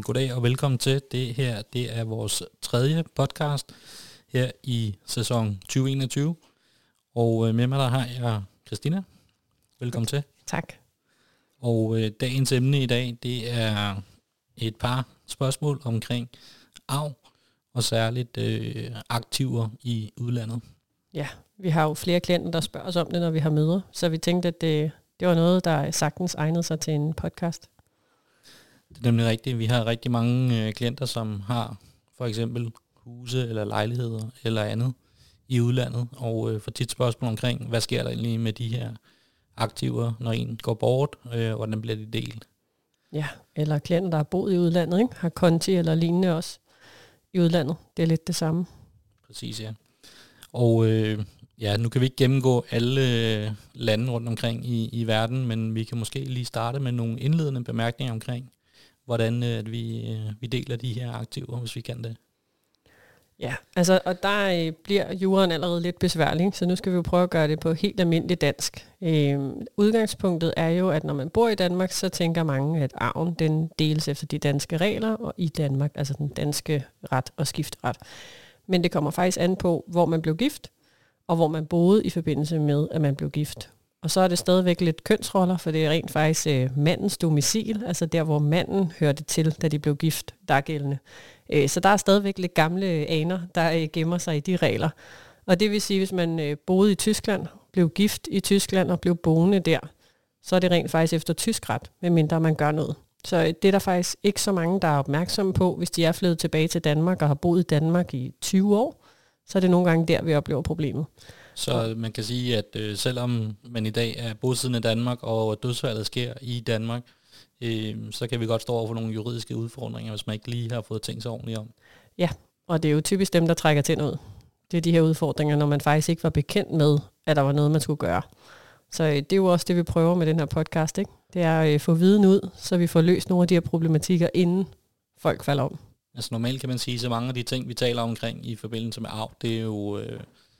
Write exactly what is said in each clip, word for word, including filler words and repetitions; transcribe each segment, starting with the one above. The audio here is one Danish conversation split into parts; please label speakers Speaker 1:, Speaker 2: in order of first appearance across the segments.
Speaker 1: goddag og velkommen til. Det her det er vores tredje podcast her i sæson tyve enogtyve. Og øh, med mig der har jeg Christina. Velkommen til.
Speaker 2: Tak.
Speaker 1: Og øh, dagens emne i dag, det er et par spørgsmål omkring arv og særligt øh, aktiver i udlandet.
Speaker 2: Ja, vi har jo flere klienter, der spørger os om det, når vi har møder. Så vi tænkte, at det, det var noget, der sagtens egnede sig til en podcast.
Speaker 1: Det er nemlig rigtigt. Vi har rigtig mange øh, klienter, som har for eksempel huse eller lejligheder eller andet i udlandet, og øh, får tit spørgsmål omkring, hvad sker der egentlig med de her aktiver, når en går bort, øh, hvordan bliver de delt?
Speaker 2: Ja, eller klienter, der har boet i udlandet, ikke? Har konti eller lignende også i udlandet. Det er lidt det samme.
Speaker 1: Præcis, ja. Og øh, ja, nu kan vi ikke gennemgå alle øh, lande rundt omkring i, i verden, men vi kan måske lige starte med nogle indledende bemærkninger omkring, hvordan øh, at vi, øh, vi deler de her aktiver, hvis vi kan det.
Speaker 2: Ja, altså, og der øh, bliver juraen allerede lidt besværlig, så nu skal vi jo prøve at gøre det på helt almindeligt dansk. Øh, udgangspunktet er jo, at når man bor i Danmark, så tænker mange, at arven den deles efter de danske regler, og i Danmark, altså den danske ret og skifteret. Men det kommer faktisk an på, hvor man blev gift, og hvor man boede i forbindelse med, at man blev gift. Og så er det stadigvæk lidt kønsroller, for det er rent faktisk øh, mandens domicil, altså der, hvor manden hørte til, da de blev gift, der er gældende. Øh, så der er stadigvæk lidt gamle aner, der øh, gemmer sig i de regler. Og det vil sige, hvis man øh, boede i Tyskland, blev gift i Tyskland og blev boende der, så er det rent faktisk efter tysk ret, medmindre man gør noget. Så øh, det er der faktisk ikke så mange, der er opmærksomme på, hvis de er flyttet tilbage til Danmark og har boet i Danmark i tyve år, så er det nogle gange der, vi oplever problemet.
Speaker 1: Så man kan sige, at øh, selvom man i dag er bosiddende i Danmark, og dødsfaldet sker i Danmark, øh, så kan vi godt stå over for nogle juridiske udfordringer, hvis man ikke lige har fået tænkt sig ordentligt om.
Speaker 2: Ja, og det er jo typisk dem, der trækker tænder ud. Det er de her udfordringer, når man faktisk ikke var bekendt med, at der var noget, man skulle gøre. Så øh, det er jo også det, vi prøver med den her podcast, ikke? Det er at øh, få viden ud, så vi får løst nogle af de her problematikker, inden folk falder om.
Speaker 1: Altså normalt kan man sige, så mange af de ting, vi taler omkring i forbindelse med arv, det er jo... Øh,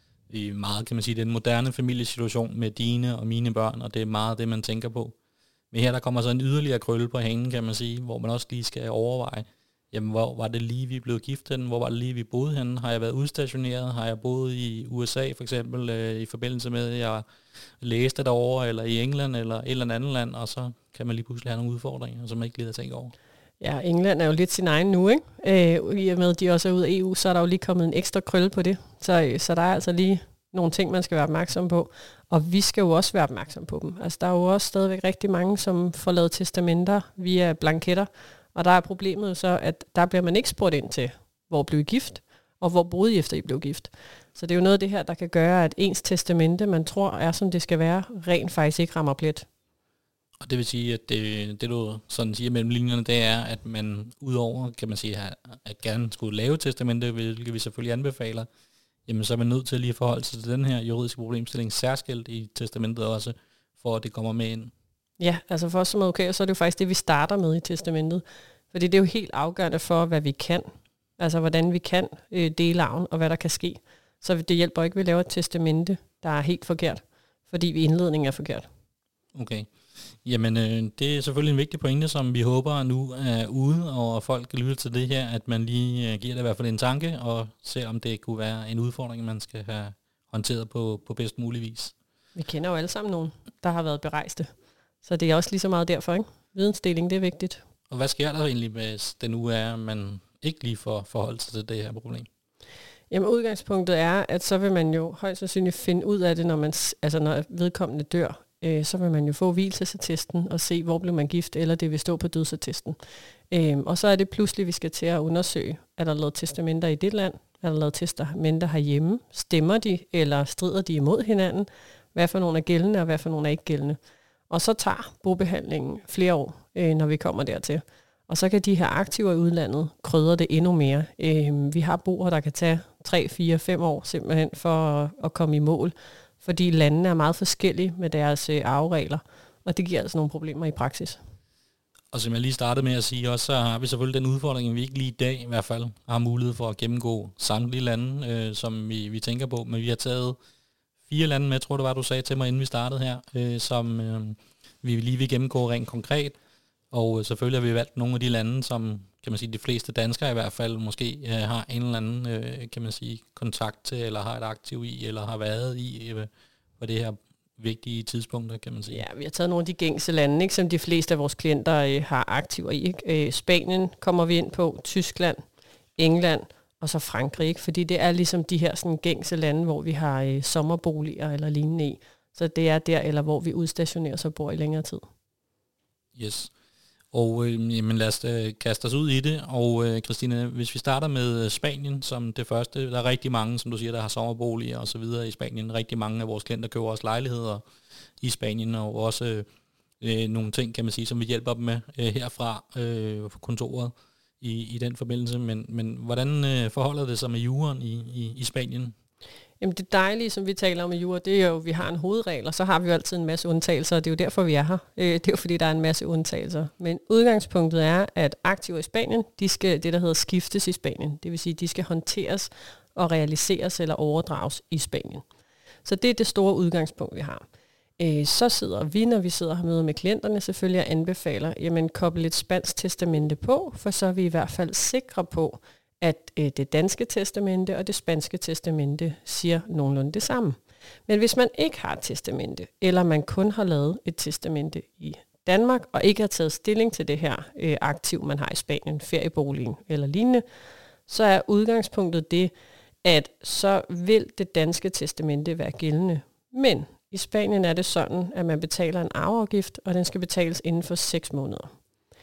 Speaker 1: i meget, kan man sige, den moderne familiesituation med dine og mine børn, og det er meget det, man tænker på. Men her der kommer så en yderligere krølle på hanen, kan man sige, hvor man også lige skal overveje, jamen hvor var det lige, vi blev gift henne? Hvor var det lige, vi boede henne? Har jeg været udstationeret? Har jeg boet i U S A for eksempel, øh, i forbindelse med, at jeg læste derovre, eller i England, eller et eller andet land, og så kan man lige pludselig have nogle udfordringer, som man ikke lige har tænkt over.
Speaker 2: Ja, England er jo lidt sin egen nu, ikke? Øh, I og med, at de også er ude af E U, så er der jo lige kommet en ekstra krølle på det. Så, så der er altså lige nogle ting, man skal være opmærksom på. Og vi skal jo også være opmærksom på dem. Altså, der er jo også stadigvæk rigtig mange, som får lavet testamenter via blanketter. Og der er problemet jo så, at der bliver man ikke spurgt ind til, hvor blev I gift, og hvor boede I efter I blev gift. Så det er jo noget af det her, der kan gøre, at ens testamente, man tror er, som det skal være, rent faktisk ikke rammer plet.
Speaker 1: Og det vil sige, at det, det du sådan siger mellem linjerne, det er, at man udover, kan man sige, at gerne skulle lave testamente, hvilket vi selvfølgelig anbefaler, jamen så er man nødt til lige at forholde sig til den her juridiske problemstilling særskilt i testamentet også, for at det kommer med ind.
Speaker 2: Ja, altså for os som advokater, så er det jo faktisk det, vi starter med i testamentet. Fordi det er jo helt afgørende for, hvad vi kan. Altså hvordan vi kan øh, dele arven, og hvad der kan ske. Så det hjælper ikke, at vi laver et testamente, der er helt forkert, fordi indledningen er forkert.
Speaker 1: Okay. Jamen, øh, det er selvfølgelig en vigtig pointe, som vi håber nu er ude, og folk lytter til det her, at man lige øh, giver det i hvert fald en tanke, og ser om det kunne være en udfordring, man skal have håndteret på, på bedst mulig vis.
Speaker 2: Vi kender jo alle sammen nogen, der har været berejste. Så det er også lige så meget derfor, ikke? Vidensdeling, det er vigtigt.
Speaker 1: Og hvad sker der egentlig, hvis det nu er, at man ikke lige får forholdt sig til det her problem?
Speaker 2: Jamen udgangspunktet er, at så vil man jo højst sandsynligt finde ud af det, når, man, altså når vedkommende dør. Øh, så vil man jo få vielsesattesten og se, hvor blev man gift, eller det vil stå på dødsattesten. Øh, og så er det pludselig, vi skal til at undersøge, er der lavet testamenter i det land? Er der lavet testamenter herhjemme? Stemmer de, eller strider de imod hinanden? Hvad for nogle er gældende, og hvad for nogle er ikke gældende? Og så tager bobehandlingen flere år, øh, når vi kommer dertil. Og så kan de her aktiver i udlandet krydre det endnu mere. Øh, vi har boer, der kan tage tre, fire, fem år simpelthen for at, at komme i mål, fordi landene er meget forskellige med deres øh, arveregler, og det giver altså nogle problemer i praksis.
Speaker 1: Og som jeg lige startede med at sige også, så har vi selvfølgelig den udfordring, at vi ikke lige i dag i hvert fald har mulighed for at gennemgå samtlige lande, øh, som vi, vi tænker på, men vi har taget fire lande med, tror det var, du sagde til mig, inden vi startede her, øh, som øh, vi lige vil gennemgå rent konkret. Og øh, selvfølgelig har vi valgt nogle af de lande, som kan man sige, de fleste danskere i hvert fald måske øh, har en eller anden, øh, kan man sige, kontakt til, eller har et aktiv i, eller har været i øh, på det her vigtige tidspunkter, kan man sige.
Speaker 2: Ja, vi har taget nogle af de gængse lande, ikke, som de fleste af vores klienter øh, har aktiver i. Ikke? Øh, Spanien kommer vi ind på, Tyskland, England og så Frankrig, ikke? Fordi det er ligesom de her sådan, gængse lande, hvor vi har øh, sommerboliger eller lignende i. Så det er der, eller hvor vi udstationerer og bor i længere tid.
Speaker 1: Yes. Og øh, jamen lad os øh, kaste os ud i det. Og øh, Christine, hvis vi starter med Spanien som det første, der er rigtig mange, som du siger, der har sommerboliger og så videre i Spanien. Rigtig mange af vores klienter køber også lejligheder i Spanien, og også øh, nogle ting, kan man sige, som vi hjælper dem med øh, herfra øh, på kontoret i, i den forbindelse. Men, men hvordan øh, forholder det sig med juraen i, i, i Spanien?
Speaker 2: Jamen det dejlige, som vi taler om i jura, det er jo, at vi har en hovedregel, og så har vi jo altid en masse undtagelser, og det er jo derfor, vi er her. Det er jo fordi, der er en masse undtagelser. Men udgangspunktet er, at aktiver i Spanien, de skal det, der hedder skiftes i Spanien. Det vil sige, de skal håndteres og realiseres eller overdrages i Spanien. Så det er det store udgangspunkt, vi har. Så sidder vi, når vi sidder og møder med klienterne, selvfølgelig og anbefaler, jamen koble et spansk testamente på, for så er vi i hvert fald sikre på, at øh, det danske testamente og det spanske testamente siger nogenlunde det samme. Men hvis man ikke har et testamente, eller man kun har lavet et testamente i Danmark, og ikke har taget stilling til det her øh, aktiv, man har i Spanien, ferieboligen eller lignende, så er udgangspunktet det, at så vil det danske testamente være gældende. Men i Spanien er det sådan, at man betaler en arveafgift, og den skal betales inden for seks måneder.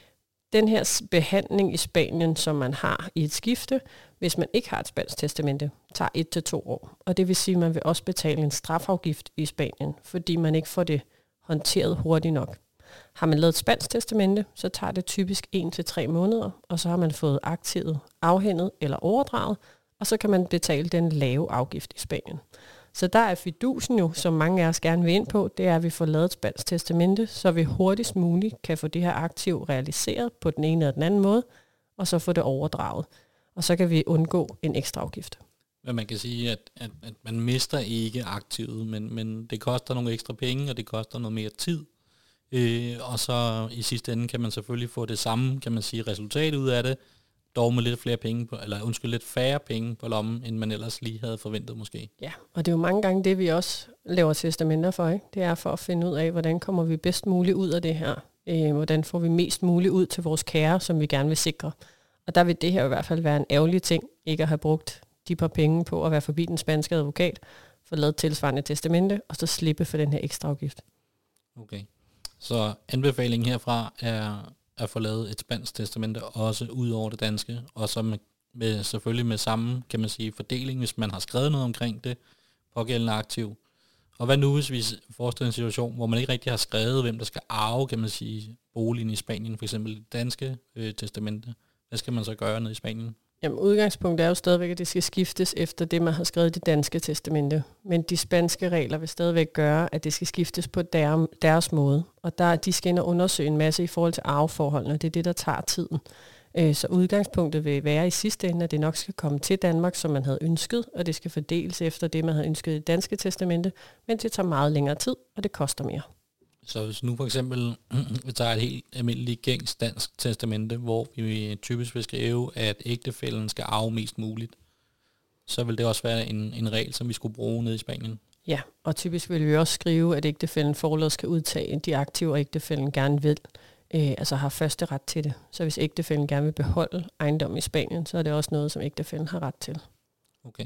Speaker 2: Den her behandling i Spanien, som man har i et skifte, hvis man ikke har et spansk testamente, tager et til to år. Og det vil sige, at man vil også betale en strafafgift i Spanien, fordi man ikke får det håndteret hurtigt nok. Har man lavet et spansk testamente, så tager det typisk en til tre måneder, og så har man fået aktivet afhændet eller overdraget, og så kan man betale den lave afgift i Spanien. Så der er fidusen jo, som mange af os gerne vil ind på, det er, at vi får lavet et spansk testamente, så vi hurtigst muligt kan få det her aktiv realiseret på den ene eller den anden måde, og så få det overdraget. Og så kan vi undgå en ekstra afgift.
Speaker 1: Men man kan sige, at, at, at man mister ikke aktivet, men, men det koster nogle ekstra penge, og det koster noget mere tid. Øh, og så i sidste ende kan man selvfølgelig få det samme, kan man sige, resultat ud af det, dog med lidt flere penge på, eller undskyld, lidt færre penge på lommen, end man ellers lige havde forventet måske.
Speaker 2: Ja, og det er jo mange gange det, vi også laver testamenter for, ikke? Det er for at finde ud af, hvordan kommer vi bedst muligt ud af det her. Øh, hvordan får vi mest muligt ud til vores kære, som vi gerne vil sikre. Og der vil det her i hvert fald være en ærgerlig ting, ikke at have brugt de par penge på at være forbi den spanske advokat, få lavet tilsvarende testamente, og så slippe for den her ekstra afgift.
Speaker 1: Okay, så anbefalingen herfra er at få lavet et spansk testamente, også ud over det danske, og så med, med, selvfølgelig med samme, kan man sige, fordeling, hvis man har skrevet noget omkring det pågældende aktiv. Og hvad nu, hvis vi forestiller en situation, hvor man ikke rigtig har skrevet, hvem der skal arve, kan man sige, boligen i Spanien, for eksempel det danske øh, testamente. Hvad skal man så gøre nede i Spanien?
Speaker 2: Jamen udgangspunktet er jo stadigvæk, at det skal skiftes efter det, man har skrevet i det danske testamente. Men de spanske regler vil stadigvæk gøre, at det skal skiftes på der, deres måde. Og der, de skal ind og undersøge en masse i forhold til arveforholdene. Det er det, der tager tiden. Så udgangspunktet vil være i sidste ende, at det nok skal komme til Danmark, som man havde ønsket, og det skal fordeles efter det, man havde ønsket i det danske testamente. Men det tager meget længere tid, og det koster mere.
Speaker 1: Så hvis nu for eksempel vi tager et helt almindeligt gængs dansk testamente, hvor vi typisk vil skrive, at ægtefællen skal arve mest muligt, så vil det også være en, en regel, som vi skulle bruge nede i Spanien.
Speaker 2: Ja, og typisk vil vi også skrive, at ægtefællen forlods skal udtage de aktiver, ægtefællen gerne vil, øh, altså har første ret til det. Så hvis ægtefællen gerne vil beholde ejendom i Spanien, så er det også noget, som ægtefællen har ret til.
Speaker 1: Okay.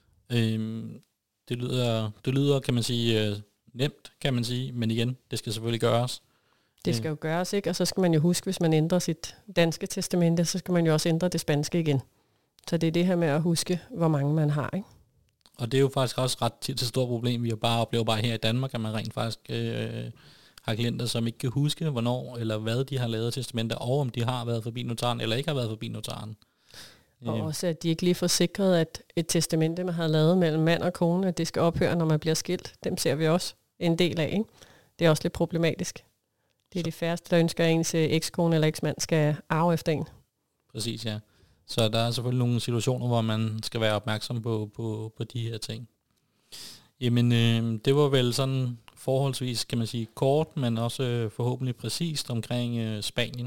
Speaker 1: Øhm, det, lyder, det lyder, kan man sige, øh, nemt, kan man sige, men igen, det skal selvfølgelig gøres.
Speaker 2: Det skal jo gøres, ikke? Og så skal man jo huske, hvis man ændrer sit danske testamente, så skal man jo også ændre det spanske igen. Så det er det her med at huske, hvor mange man har, ikke?
Speaker 1: Og det er jo faktisk også ret tit et stort problem, vi jo bare oplever bare her i Danmark, at man rent faktisk øh, har klienter, som ikke kan huske, hvornår eller hvad de har lavet testamenter, og om de har været forbi notaren eller ikke har været forbi notaren.
Speaker 2: Og også, at de ikke lige får sikret, at et testamente, man har lavet mellem mand og kone, at det skal ophøre, når man bliver skilt. Dem ser vi også en del af, ikke? Det er også lidt problematisk. Det er så de færreste, der ønsker, at ens ekskone eller eksmand skal arve efter en.
Speaker 1: Præcis, ja. Så der er selvfølgelig nogle situationer, hvor man skal være opmærksom på, på, på de her ting. Jamen, øh, det var vel sådan forholdsvis, kan man sige, kort, men også øh, forhåbentlig præcist omkring øh, Spanien.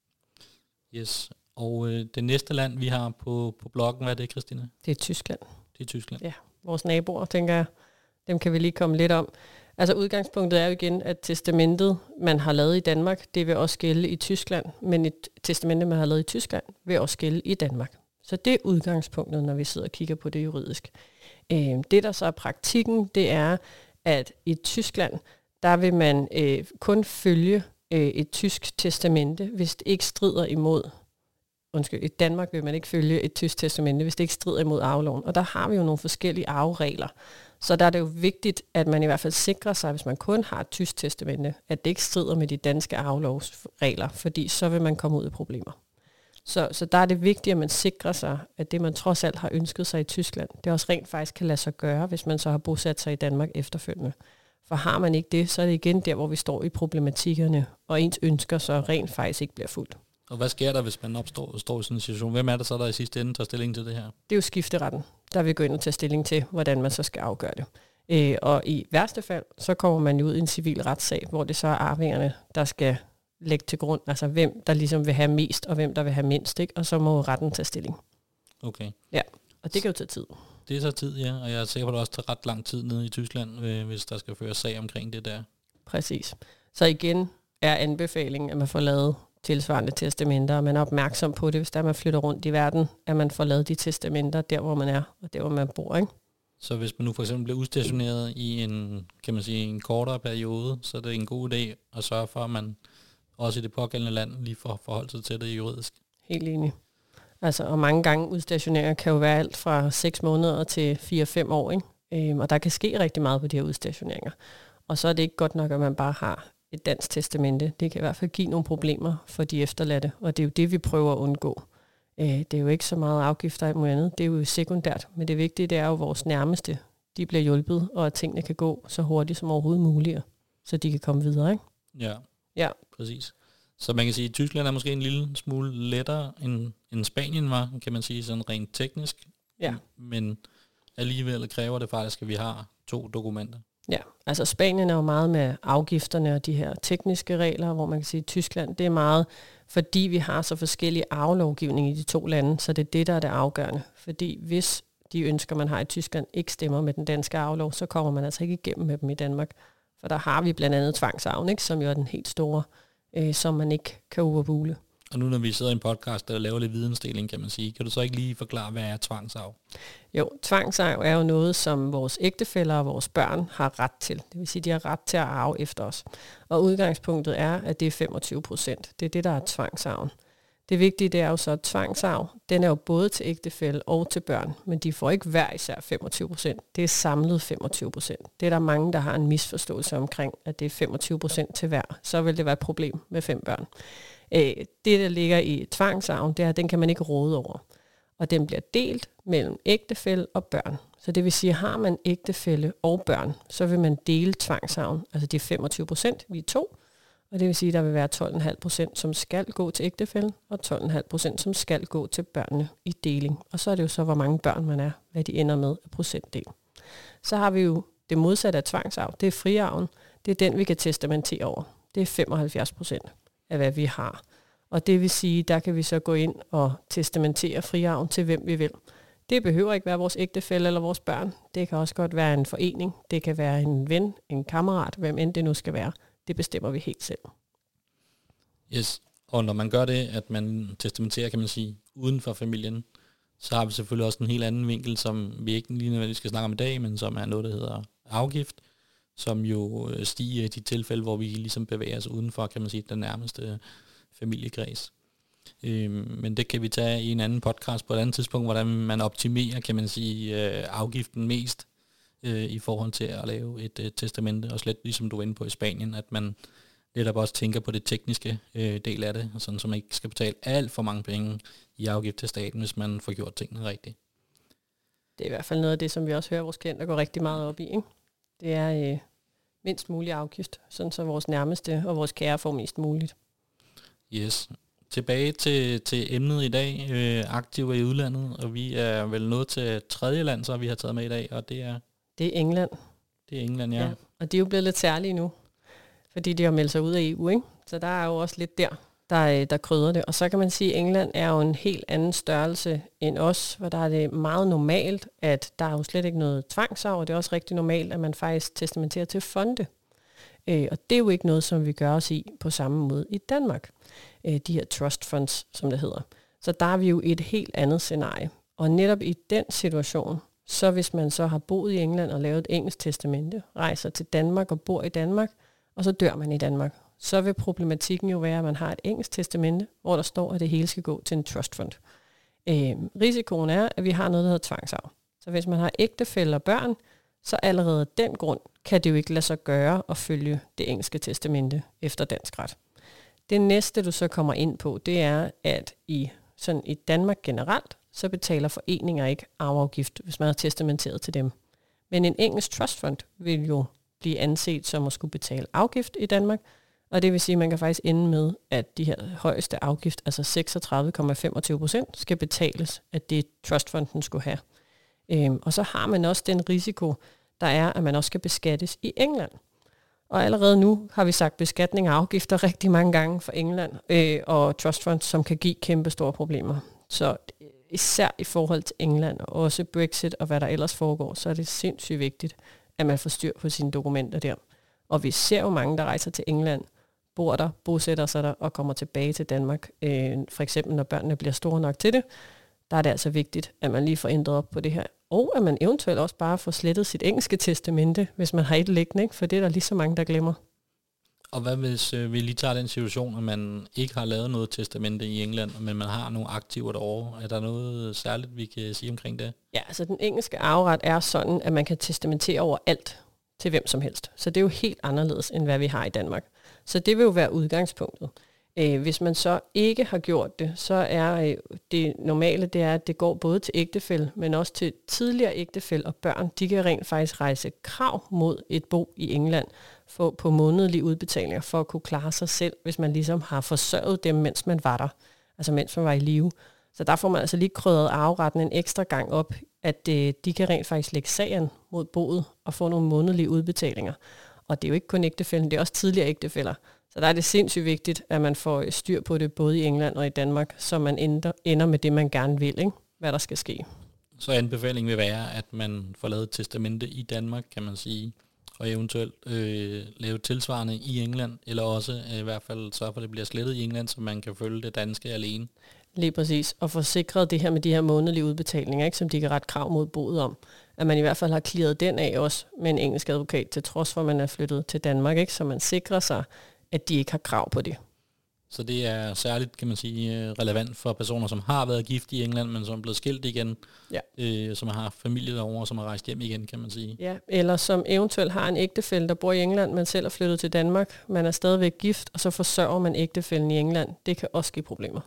Speaker 1: Yes. Og øh, det næste land, vi har på, på bloggen, hvad er det, Christina?
Speaker 2: Det er Tyskland.
Speaker 1: Det er Tyskland.
Speaker 2: Ja, vores naboer, tænker jeg, dem kan vi lige komme lidt om. Altså udgangspunktet er jo igen, at testamentet, man har lavet i Danmark, det vil også gælde i Tyskland, men et testamente, man har lavet i Tyskland, vil også gælde i Danmark. Så det er udgangspunktet, når vi sidder og kigger på det juridisk. Øh, det, der så er praktikken, det er, at i Tyskland, der vil man øh, kun følge øh, et tysk testamente, hvis det ikke strider imod, undskyld, i Danmark vil man ikke følge et tysk testamente, hvis det ikke strider imod arveloven. Og der har vi jo nogle forskellige arveregler. Så der er det jo vigtigt, at man i hvert fald sikrer sig, hvis man kun har et tysk testamente, at det ikke strider med de danske arvelovsregler, fordi så vil man komme ud i problemer. Så, så der er det vigtigt, at man sikrer sig, at det man trods alt har ønsket sig i Tyskland, det også rent faktisk kan lade sig gøre, hvis man så har bosat sig i Danmark efterfølgende. For har man ikke det, så er det igen der, hvor vi står i problematikkerne, og ens ønsker så rent faktisk ikke bliver fuldt.
Speaker 1: Og hvad sker der, hvis man opstår står i sådan en situation? Hvem er det så, der i sidste ende tager stilling til det her?
Speaker 2: Det er jo skifteretten, der vil gå ind og tage stilling til, hvordan man så skal afgøre det. Øh, og i værste fald, så kommer man jo ud i en civil retssag, hvor det så er arvingerne, der skal lægge til grund, altså hvem der ligesom vil have mest, og hvem der vil have mindst, ikke? Og så må retten tage stilling.
Speaker 1: Okay.
Speaker 2: Ja, og det kan jo tage tid.
Speaker 1: Det tager tid, ja, og jeg er sikker på, at det også tager ret lang tid nede i Tyskland, øh, hvis der skal føres sag omkring det der.
Speaker 2: Præcis. Så igen er anbefalingen, at man får lavet tilsvarende testamenter, og man er opmærksom på det, hvis der man flytter rundt i verden, at man får lavet de testamenter der, hvor man er, og der, hvor man bor, ikke?
Speaker 1: Så hvis man nu for eksempel bliver udstationeret i en, kan man sige, en kortere periode, så er det en god idé at sørge for, at man også i det pågældende land lige får forholdt sig til det juridisk.
Speaker 2: Helt enig. Altså, og mange gange udstationeringer kan jo være alt fra seks måneder til fire fem år, ikke? Øhm, og der kan ske rigtig meget på de her udstationeringer. Og så er det ikke godt nok, at man bare har et dansk testamente. Det kan i hvert fald give nogle problemer for de efterladte, og det er jo det, vi prøver at undgå. Øh, det er jo ikke så meget afgifter og andet, det er jo sekundært, men det vigtige, det er jo, at vores nærmeste, de bliver hjulpet, og at tingene kan gå så hurtigt som overhovedet muligt, så de kan komme videre, ikke?
Speaker 1: Ja,
Speaker 2: ja.
Speaker 1: Præcis. Så man kan sige, at Tyskland er måske en lille smule lettere, end, end Spanien var, kan man sige, sådan rent teknisk.
Speaker 2: Ja.
Speaker 1: Men alligevel kræver det faktisk, at vi har to dokumenter.
Speaker 2: Ja, altså Spanien er jo meget med afgifterne og de her tekniske regler, hvor man kan sige, at Tyskland, det er meget, fordi vi har så forskellige arvelovgivning i de to lande, så det er det, der er det afgørende. Fordi hvis de ønsker, man har i Tyskland, ikke stemmer med den danske arvelov, så kommer man altså ikke igennem med dem i Danmark. For der har vi blandt andet tvangsarven, ikke, som jo er den helt store, øh, som man ikke kan overrule.
Speaker 1: Og nu når vi sidder i en podcast, der laver lidt vidensdeling, kan man sige, kan du så ikke lige forklare, hvad er tvangsarv?
Speaker 2: Jo, tvangsarv er jo noget, som vores ægtefæller og vores børn har ret til. Det vil sige, de har ret til at arve efter os. Og udgangspunktet er, at det er femogtyve procent. Det er det, der er tvangsarven. Det vigtige, det er jo så, at tvangsarv, den er jo både til ægtefælle og til børn, men de får ikke hver især femogtyve procent. Det er samlet femogtyve procent. Det er der mange, der har en misforståelse omkring, at det er femogtyve procent til hver. Så vil det være et problem med fem børn. Det, der ligger i tvangsarven, det er, at den kan man ikke råde over. Og den bliver delt mellem ægtefælle og børn. Så det vil sige, har man ægtefælle og børn, så vil man dele tvangsarven. Altså de femogtyve procent, vi er to. Og det vil sige, at der vil være tolv komma fem procent, som skal gå til ægtefællen, og tolv komma fem procent, som skal gå til børnene i deling. Og så er det jo så, hvor mange børn man er, hvad de ender med af procentdel. Så har vi jo det modsatte af tvangsarv. Det er friarven. Det er den, vi kan testamentere over. Det er femoghalvfjerds procent af, hvad vi har. Og det vil sige, der kan vi så gå ind og testamentere friarven til, hvem vi vil. Det behøver ikke være vores ægtefælle eller vores børn. Det kan også godt være en forening. Det kan være en ven, en kammerat, hvem end det nu skal være. Det bestemmer vi helt selv.
Speaker 1: Yes, og når man gør det, at man testamenterer, kan man sige, uden for familien, så har vi selvfølgelig også en helt anden vinkel, som vi ikke lige nødvendigvis skal snakke om i dag, men som er noget, der hedder afgift, som jo stiger i de tilfælde, hvor vi ligesom bevæger os udenfor, kan man sige, den nærmeste familiekreds. Øhm, men det kan vi tage i en anden podcast på et andet tidspunkt, hvordan man optimerer, kan man sige, øh, afgiften mest øh, i forhold til at lave et øh, testamente, og slet ligesom du var inde på i Spanien, at man netop også tænker på det tekniske øh, del af det, sådan så man ikke skal betale alt for mange penge i afgift til staten, hvis man får gjort tingene rigtigt.
Speaker 2: Det er i hvert fald noget af det, som vi også hører vores klienter går rigtig meget op i, ikke? Det er øh, mindst mulig afgift, sådan så vores nærmeste og vores kære får mest muligt.
Speaker 1: Yes. Tilbage til, til emnet i dag, øh, aktiver i udlandet, og vi er vel nået til tredje land, så vi har taget med i dag, og det er...
Speaker 2: Det er England.
Speaker 1: Det er England, ja. ja.
Speaker 2: og de er jo blevet lidt særlige nu, fordi de har meldt sig ud af E U, ikke? Så der er jo også lidt der, der, der krydder det. Og så kan man sige, at England er jo en helt anden størrelse end os, hvor der er det meget normalt, at der er jo slet ikke noget tvangsarv, og det er også rigtig normalt, at man faktisk testamenterer til fonde. Øh, og det er jo ikke noget, som vi gør os i på samme måde i Danmark. Øh, de her trust funds, som det hedder. Så der er vi jo i et helt andet scenarie. Og netop i den situation, så hvis man så har boet i England og lavet et engelsk testamente, rejser til Danmark og bor i Danmark, og så dør man i Danmark, så vil problematikken jo være, at man har et engelsk testamente, hvor der står, at det hele skal gå til en trust fund. Øh, risikoen er, at vi har noget, der hedder tvangsarv. Så hvis man har ægtefæller og børn, så allerede af den grund kan det jo ikke lade sig gøre at følge det engelske testamente efter dansk ret. Det næste, du så kommer ind på, det er, at i, sådan i Danmark generelt, så betaler foreninger ikke arveafgift, hvis man har testamenteret til dem. Men en engelsk trust fund vil jo blive anset som at skulle betale afgift i Danmark, og det vil sige, at man kan faktisk ende med, at de her højeste afgift, altså seksogtredive komma femogtyve procent, skal betales, at det trustfonden skulle have. Øhm, og så har man også den risiko, der er, at man også skal beskattes i England. Og allerede nu har vi sagt beskatning af afgifter rigtig mange gange for England øh, og trust funds, som kan give kæmpe store problemer. Så især i forhold til England og også Brexit og hvad der ellers foregår, så er det sindssygt vigtigt, at man får styr på sine dokumenter der. Og vi ser jo mange, der rejser til England, bor der, bosætter sig der og kommer tilbage til Danmark. Øh, for eksempel når børnene bliver store nok til det, der er det altså vigtigt, at man lige får ændret op på det her. Og at man eventuelt også bare får slettet sit engelske testamente, hvis man har et liggende, ikke? For det er der lige så mange, der glemmer.
Speaker 1: Og hvad hvis øh, vi lige tager den situation, at man ikke har lavet noget testamente i England, men man har nogle aktiver derovre? Er der noget særligt, vi kan sige omkring det?
Speaker 2: Ja, altså den engelske arveret er sådan, at man kan testamentere over alt til hvem som helst. Så det er jo helt anderledes, end hvad vi har i Danmark. Så det vil jo være udgangspunktet. Øh, hvis man så ikke har gjort det, så er øh, det normale, det er, at det går både til ægtefælle, men også til tidligere ægtefælle og børn. De kan rent faktisk rejse krav mod et bo i England for, på månedlige udbetalinger for at kunne klare sig selv, hvis man ligesom har forsørget dem, mens man var der. Altså mens man var i live. Så der får man altså lige krydret arveretten en ekstra gang op, at øh, de kan rent faktisk lægge sagen mod boet og få nogle månedlige udbetalinger. Og det er jo ikke kun ægtefællen, det er også tidligere ægtefæller. Så der er det sindssygt vigtigt, at man får styr på det både i England og i Danmark, så man ender, ender med det, man gerne vil, ikke? Hvad der skal ske.
Speaker 1: Så anbefalingen vil være, at man får lavet et testamente i Danmark, kan man sige, og eventuelt øh, lave tilsvarende i England, eller også øh, i hvert fald sørge for, at det bliver slettet i England, så man kan følge det danske alene.
Speaker 2: Lige præcis, og få sikret det her med de her månedlige udbetalinger, ikke, som de kan rette krav mod boet om. At man i hvert fald har clearet den af også med en engelsk advokat, til trods for, at man er flyttet til Danmark, ikke, så man sikrer sig, at de ikke har krav på det.
Speaker 1: Så det er særligt, kan man sige, relevant for personer, som har været gift i England, men som er blevet skilt igen, ja. øh, som har familie derovre, som har rejst hjem igen, kan man sige.
Speaker 2: Ja, eller som eventuelt har en ægtefælle, der bor i England, men selv er flyttet til Danmark. Man er stadigvæk gift, og så forsørger man ægtefællen i England. Det kan også give problemer.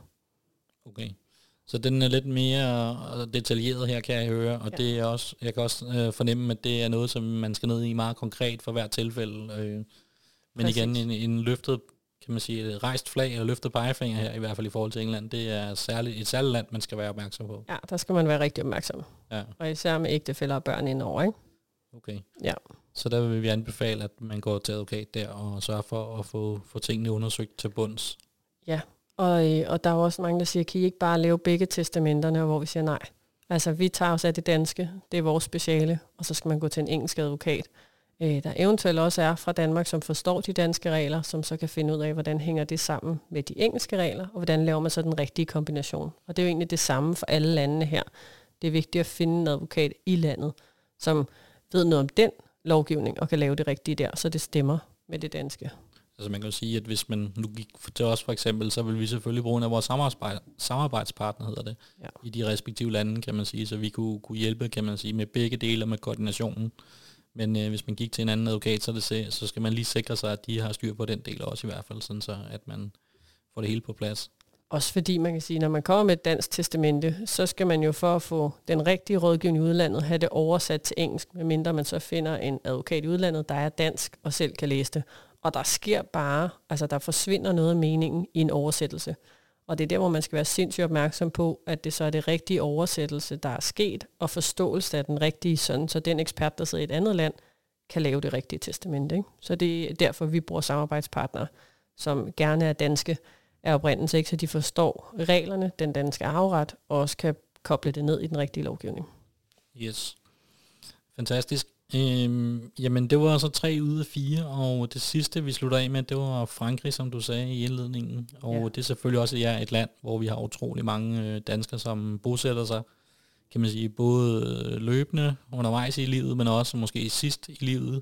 Speaker 1: Okay. Så den er lidt mere detaljeret her, kan jeg høre, og ja. det er også, jeg kan også øh, fornemme, at det er noget, som man skal ned i meget konkret for hvert tilfælde. Øh, men Præcis. igen, en, en løftet, kan man sige, et rejst flag eller løftet pegefinger her, i hvert fald i forhold til England, det er særligt, et særligt land, man skal være opmærksom på.
Speaker 2: Ja, der skal man være rigtig opmærksom.
Speaker 1: Ja.
Speaker 2: Og især med ægtefæller og børn indover, ikke?
Speaker 1: Okay.
Speaker 2: Ja.
Speaker 1: Så der vil vi anbefale, at man går til advokat der og sørger for at få, få tingene undersøgt til bunds.
Speaker 2: Ja, og, og der er også mange, der siger, kan I ikke bare lave begge testamenterne, hvor vi siger nej. Altså, vi tager os af det danske, det er vores speciale, og så skal man gå til en engelsk advokat. Øh, der eventuelt også er fra Danmark, som forstår de danske regler, som så kan finde ud af, hvordan hænger det sammen med de engelske regler, og hvordan laver man så den rigtige kombination. Og det er jo egentlig det samme for alle landene her. Det er vigtigt at finde en advokat i landet, som ved noget om den lovgivning, og kan lave det rigtige der, så det stemmer med det danske.
Speaker 1: Altså man kan jo sige, at hvis man nu gik til os for eksempel, så vil vi selvfølgelig bruge en af vores samarbejds- samarbejdspartner, hedder det, ja. i de respektive lande, kan man sige, så vi kunne, kunne hjælpe, kan man sige, med begge dele og med koordinationen. Men øh, hvis man gik til en anden advokat, så, det, så skal man lige sikre sig, at de har styr på den del også i hvert fald, sådan så at man får det hele på plads.
Speaker 2: Også fordi man kan sige, når man kommer med et dansk testamente, så skal man jo for at få den rigtige rådgivning i udlandet, have det oversat til engelsk, medmindre man så finder en advokat i udlandet, der er dansk og selv kan læse det. Og der sker bare, altså der forsvinder noget af meningen i en oversættelse. Og det er der, hvor man skal være sindssygt opmærksom på, at det så er det rigtige oversættelse, der er sket, og forståelse af den rigtige sådan, så den ekspert, der sidder i et andet land, kan lave det rigtige testamente. Ikke? Så det er derfor, vi bruger samarbejdspartnere, som gerne er danske af oprindelse, ikke? Så de forstår reglerne, den danske arveret, og også kan koble det ned i den rigtige lovgivning.
Speaker 1: Yes. Fantastisk. Øhm, jamen, det var så tre ud af fire, og det sidste, vi slutter af med, det var Frankrig, som du sagde i indledningen. Og ja. Det er selvfølgelig også ja, et land, hvor vi har utrolig mange øh, danskere, som bosætter sig, kan man sige, både løbende undervejs i livet, men også måske sidst i livet.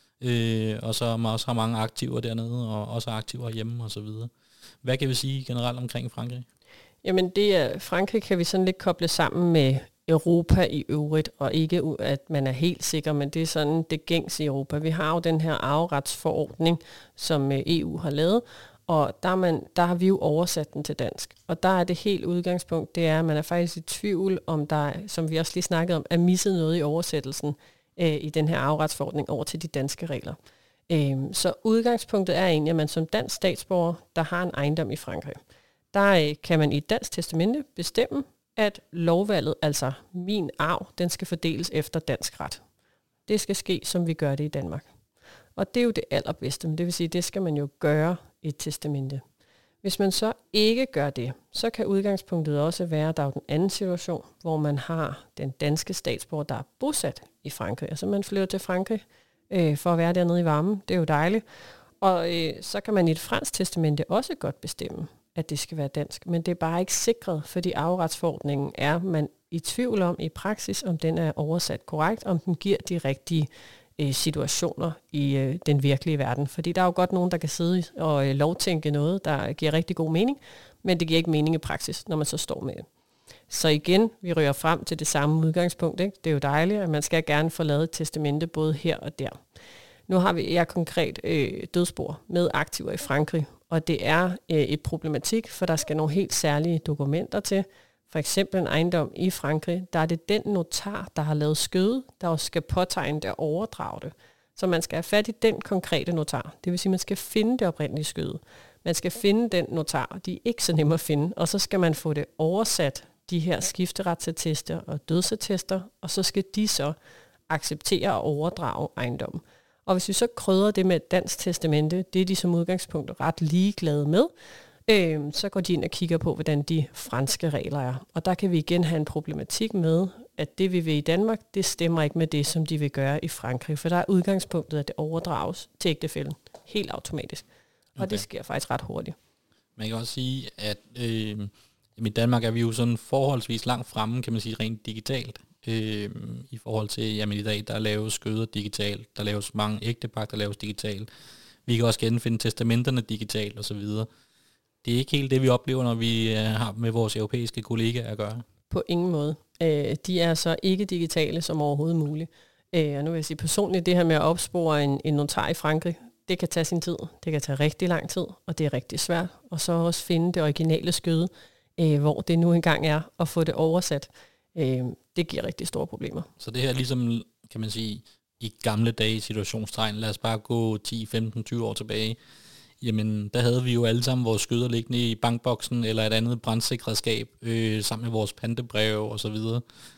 Speaker 1: Øh, og så man også har mange aktiver dernede, og også aktiver hjemme og så videre. Hvad kan vi sige generelt omkring Frankrig?
Speaker 2: Jamen, det er, Frankrig kan vi sådan lidt koble sammen med Europa i øvrigt, og ikke at man er helt sikker, men det er sådan det gængs i Europa. Vi har jo den her arveretsforordning, som E U har lavet, og der, man, der har vi jo oversat den til dansk. Og der er det helt udgangspunkt, det er, at man er faktisk i tvivl om, der, som vi også lige snakkede om, er misset noget i oversættelsen øh, i den her arveretsforordning over til de danske regler. Øh, så udgangspunktet er egentlig, at man som dansk statsborger, der har en ejendom i Frankrig, der øh, kan man i et dansk testamente bestemme, at lovvalget, altså min arv, den skal fordeles efter dansk ret. Det skal ske, som vi gør det i Danmark. Og det er jo det allerbedste, men det vil sige, det skal man jo gøre i et testamente. Hvis man så ikke gør det, så kan udgangspunktet også være, at der er den anden situation, hvor man har den danske statsborger, der er bosat i Frankrig. Altså man flytter til Frankrig øh, for at være dernede i varmen. Det er jo dejligt. Og øh, så kan man i et fransk testamente også godt bestemme, at det skal være dansk. Men det er bare ikke sikret, fordi arveretsforordningen er man i tvivl om i praksis, om den er oversat korrekt, om den giver de rigtige øh, situationer i øh, den virkelige verden. Fordi der er jo godt nogen, der kan sidde og øh, lovtænke noget, der giver rigtig god mening, men det giver ikke mening i praksis, når man så står med det. Så igen, vi rører frem til det samme udgangspunkt. Ikke? Det er jo dejligt, at man skal gerne få lavet et testamente både her og der. Nu har vi jeg konkret øh, dødsboer med aktiver i Frankrig, og det er øh, et problematik, for der skal nogle helt særlige dokumenter til. For eksempel en ejendom i Frankrig, der er det den notar, der har lavet skøde, der også skal påtegne det og overdrage det. Så man skal have fat i den konkrete notar. Det vil sige, at man skal finde det oprindelige skøde. Man skal finde den notar, de er ikke så nemme at finde, og så skal man få det oversat, de her skifteretsattester og dødsattester, og så skal de så acceptere og overdrage ejendommen. Og hvis vi så krydrer det med et dansk testamente, det er de som udgangspunkt ret ligeglade med, øh, så går de ind og kigger på, hvordan de franske regler er. Og der kan vi igen have en problematik med, at det vi vil i Danmark, det stemmer ikke med det, som de vil gøre i Frankrig. For der er udgangspunktet, at det overdrages til ægtefællen helt automatisk. Og okay. Det sker faktisk ret hurtigt.
Speaker 1: Man kan også sige, at øh, i Danmark er vi jo sådan forholdsvis langt fremme, kan man sige, rent digitalt. Øh, i forhold til, jamen i dag, der laves skøder digitalt, der laves mange ægtepagt, der laves digitalt. Vi kan også genfinde testamenterne digitalt og så videre. Det er ikke helt det, vi oplever, når vi øh, har med vores europæiske kollegaer at gøre.
Speaker 2: På ingen måde. Øh, de er så ikke digitale som overhovedet muligt. Øh, og nu vil jeg sige personligt, det her med at opspore en, en notar i Frankrig, det kan tage sin tid. Det kan tage rigtig lang tid, og det er rigtig svært. Og så også finde det originale skøde, øh, hvor det nu engang er, og få det oversat. Øh, det giver rigtig store problemer.
Speaker 1: Så det her ligesom, kan man sige, i gamle dage situationstegn, lad os bare gå ti, femten, tyve år tilbage, jamen der havde vi jo alle sammen vores skøder liggende i bankboksen, eller et andet brandsikkerhedsskab, øh, sammen med vores pantebreve og så videre.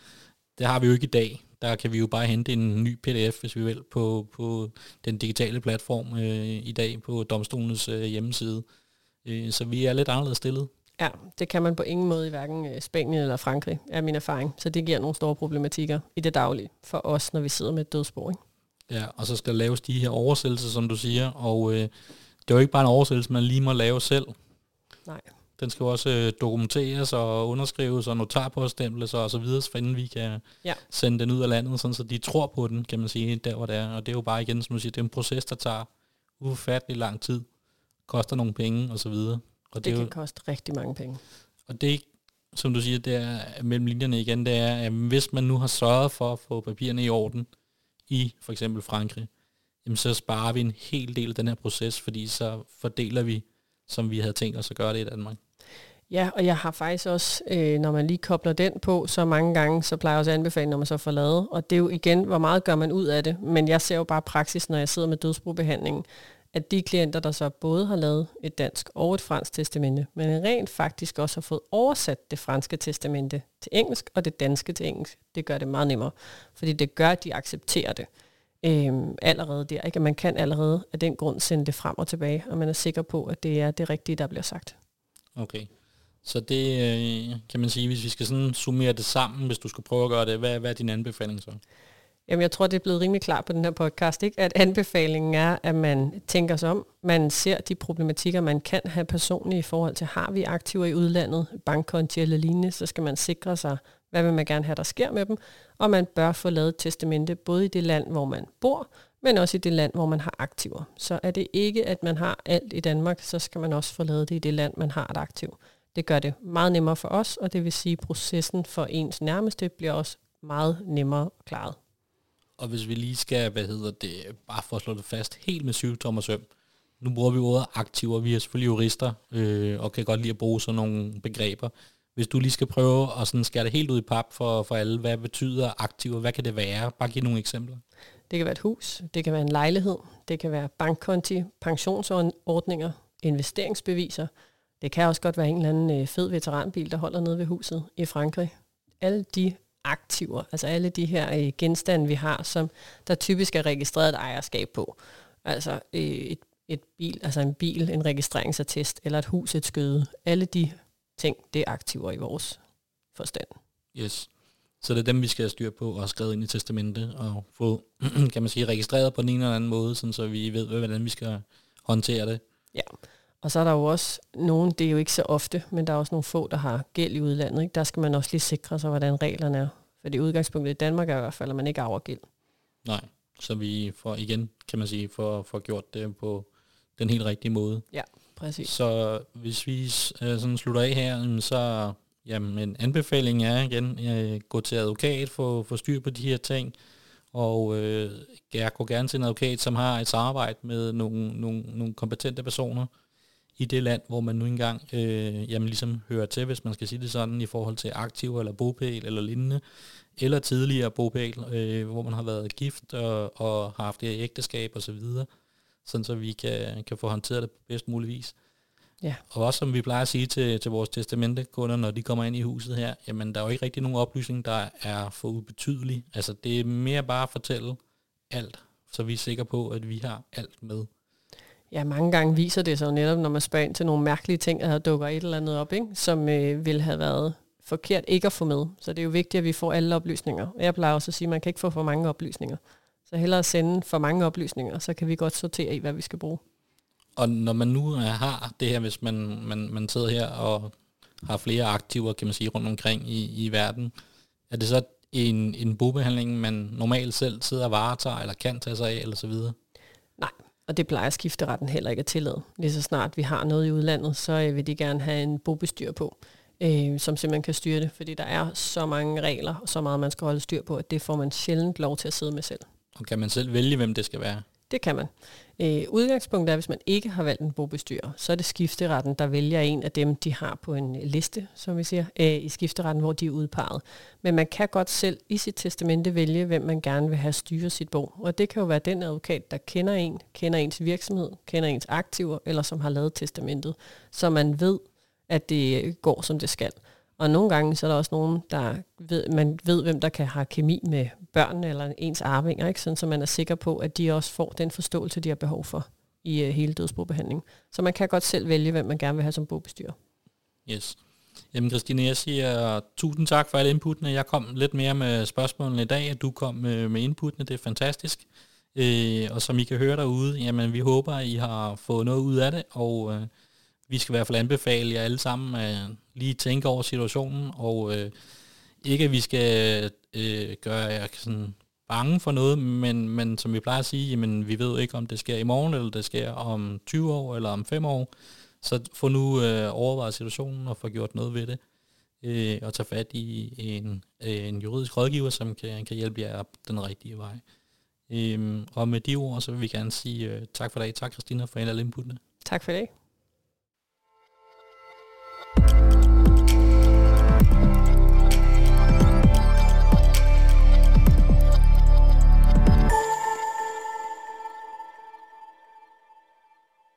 Speaker 1: Det har vi jo ikke i dag. Der kan vi jo bare hente en ny P D F, hvis vi vil, på, på den digitale platform øh, i dag på domstolens øh, hjemmeside. Øh, så vi er lidt anderledes stillet.
Speaker 2: Ja, det kan man på ingen måde i hverken Spanien eller Frankrig, er min erfaring. Så det giver nogle store problematikker i det daglige for os, når vi sidder med et dødsbo. Ikke?
Speaker 1: Ja, og så skal der laves de her oversættelser, som du siger, og øh, det er jo ikke bare en oversættelse, man lige må lave selv.
Speaker 2: Nej.
Speaker 1: Den skal jo også øh, dokumenteres og underskrives og notarpåstemples og så videre, for inden vi kan ja. sende den ud af landet, sådan så de tror på den, kan man sige, der hvor det er. Og det er jo bare igen, som du siger, det er en proces, der tager ufattelig lang tid, koster nogle penge og så videre. Og
Speaker 2: det, det kan jo koste rigtig mange penge.
Speaker 1: Og det, som du siger, det er mellem linjerne igen, det er, at hvis man nu har sørget for at få papirerne i orden i for eksempel Frankrig, jamen så sparer vi en hel del af den her proces, fordi så fordeler vi, som vi havde tænkt os at gøre det i Danmark.
Speaker 2: Ja, og jeg har faktisk også, øh, når man lige kobler den på, så mange gange, så plejer jeg også at anbefale, når man så får lavet. Og det er jo igen, hvor meget gør man ud af det. Men jeg ser jo bare praksis, når jeg sidder med dødsbobehandlingen, at de klienter, der så både har lavet et dansk og et fransk testamente, men rent faktisk også har fået oversat det franske testamente til engelsk og det danske til engelsk, det gør det meget nemmere, fordi det gør, at de accepterer det. øhm, allerede der. Ikke? At man kan allerede af den grund sende det frem og tilbage, og man er sikker på, at det er det rigtige, der bliver sagt.
Speaker 1: Okay. Så det øh, kan man sige, hvis vi skal sådan summere det sammen, hvis du skulle prøve at gøre det, hvad, hvad er din anbefaling så?
Speaker 2: Jamen, jeg tror, det er blevet rimelig klart på den her podcast, ikke? At anbefalingen er, at man tænker sig om, man ser de problematikker, man kan have personligt i forhold til, har vi aktiver i udlandet, bankkonti eller lignende, så skal man sikre sig, hvad vil man gerne have, der sker med dem, og man bør få lavet et testamente, både i det land, hvor man bor, men også i det land, hvor man har aktiver. Så er det ikke, at man har alt i Danmark, så skal man også få lavet det i det land, man har et aktiv. Det gør det meget nemmere for os, og det vil sige, at processen for ens nærmeste bliver også meget nemmere klaret.
Speaker 1: Og hvis vi lige skal, hvad hedder det, bare for at slå det fast, helt med syvtommersøm. Nu bruger vi ordet aktiver, vi er selvfølgelig jurister, øh, og kan godt lide at bruge sådan nogle begreber. Hvis du lige skal prøve at sådan skære det helt ud i pap for, for alle, hvad betyder aktiver, hvad kan det være? Bare give nogle eksempler.
Speaker 2: Det kan være et hus, det kan være en lejlighed, det kan være bankkonti, pensionsordninger, investeringsbeviser. Det kan også godt være en eller anden fed veteranbil, der holder nede ved huset i Frankrig. Alle de aktiver, altså alle de her genstande, vi har, som der typisk er registreret et ejerskab på. Altså et, et bil, altså en bil, en registreringsattest, eller et hus, et skøde. Alle de ting, det er aktiver i vores forstand.
Speaker 1: Yes. Så det er dem, vi skal have styr på og have skrevet ind i testamentet og få, kan man sige, registreret på den ene eller anden måde, sådan så vi ved, hvordan vi skal håndtere det.
Speaker 2: Ja, og så er der jo også nogen, det er jo ikke så ofte, men der er også nogle få, der har gæld i udlandet. Ikke? Der skal man også lige sikre sig, hvordan reglerne er. For det udgangspunktet i Danmark er i hvert fald, at man ikke arver gæld.
Speaker 1: Nej, så vi får igen, kan man sige, får, får gjort det på den helt rigtige måde.
Speaker 2: Ja, præcis.
Speaker 1: Så hvis vi øh, sådan slutter af her, så jamen, en anbefaling er igen, øh, gå til advokat, få, få styr på de her ting, og øh, jeg går gerne til en advokat, som har et samarbejde med nogle, nogle, nogle kompetente personer i det land, hvor man nu engang øh, jamen, ligesom hører til, hvis man skal sige det sådan, i forhold til aktiver eller bopæl eller lignende, eller tidligere bopæl, øh, hvor man har været gift og, og har haft det i ægteskab og så videre, sådan så vi kan, kan få håndteret det på bedst mulig vis.
Speaker 2: Ja.
Speaker 1: Og også som vi plejer at sige til, til vores testamentekunder, når de kommer ind i huset her, jamen der er jo ikke rigtig nogen oplysning, der er for ubetydelig. Altså det er mere bare at fortælle alt, så vi er sikre på, at vi har alt med.
Speaker 2: Ja, mange gange viser det sig jo netop, når man spørger ind til nogle mærkelige ting, der dukker et eller andet op, ikke? Som øh, ville have været forkert ikke at få med. Så det er jo vigtigt, at vi får alle oplysninger. Og jeg plejer også at sige, at man kan ikke få for mange oplysninger. Så hellere sende for mange oplysninger, så kan vi godt sortere i, hvad vi skal bruge.
Speaker 1: Og når man nu har det her, hvis man, man, man sidder her og har flere aktiver, kan man sige, rundt omkring i, i verden, er det så en, en bobehandling, man normalt selv sidder og varetager, eller kan tage sig af, eller så videre?
Speaker 2: Nej, og det plejer skifteretten heller ikke at tillade. Lige så snart vi har noget i udlandet, så øh, vil de gerne have en bobestyr på, øh, som simpelthen kan styre det, fordi der er så mange regler, og så meget man skal holde styr på, at det får man sjældent lov til at sidde med selv.
Speaker 1: Og kan man selv vælge, hvem det skal være?
Speaker 2: Det kan man. Øh, udgangspunktet er, hvis man ikke har valgt en bobestyrer, så er det skifteretten, der vælger en af dem, de har på en liste, som vi siger, øh, i skifteretten, hvor de er udpeget. Men man kan godt selv i sit testamente vælge, hvem man gerne vil have styre sit bo. Og det kan jo være den advokat, der kender en, kender ens virksomhed, kender ens aktiver, eller som har lavet testamentet, så man ved, at det går, som det skal. Og nogle gange så er der også nogen, der ved, man ved, hvem der kan have kemi med børnene eller ens arvinger, ikke? Sådan, så man er sikker på, at de også får den forståelse, de har behov for i uh, hele dødsbobehandlingen. Så man kan godt selv vælge, hvem man gerne vil have som bobestyrer.
Speaker 1: Yes. Jamen Christine, jeg siger tusind tak for alle inputtene. Jeg kom lidt mere med spørgsmålene i dag, at du kom med, med inputtene. Det er fantastisk. Øh, og som I kan høre derude, jamen vi håber, at I har fået noget ud af det, og øh, vi skal i hvert fald anbefale jer alle sammen at lige tænke over situationen, og øh, ikke at vi skal øh, gøre jer sådan bange for noget, men, men som vi plejer at sige, jamen, vi ved ikke, om det sker i morgen, eller det sker om tyve år, eller om fem år. Så få nu øh, overvejet situationen og få gjort noget ved det, øh, og tage fat i en, øh, en juridisk rådgiver, som kan, kan hjælpe jer den rigtige vej. Øh, og med de ord, så vil vi gerne sige øh, tak for i dag. Tak Christina for alle inputtene.
Speaker 2: Tak for i dag.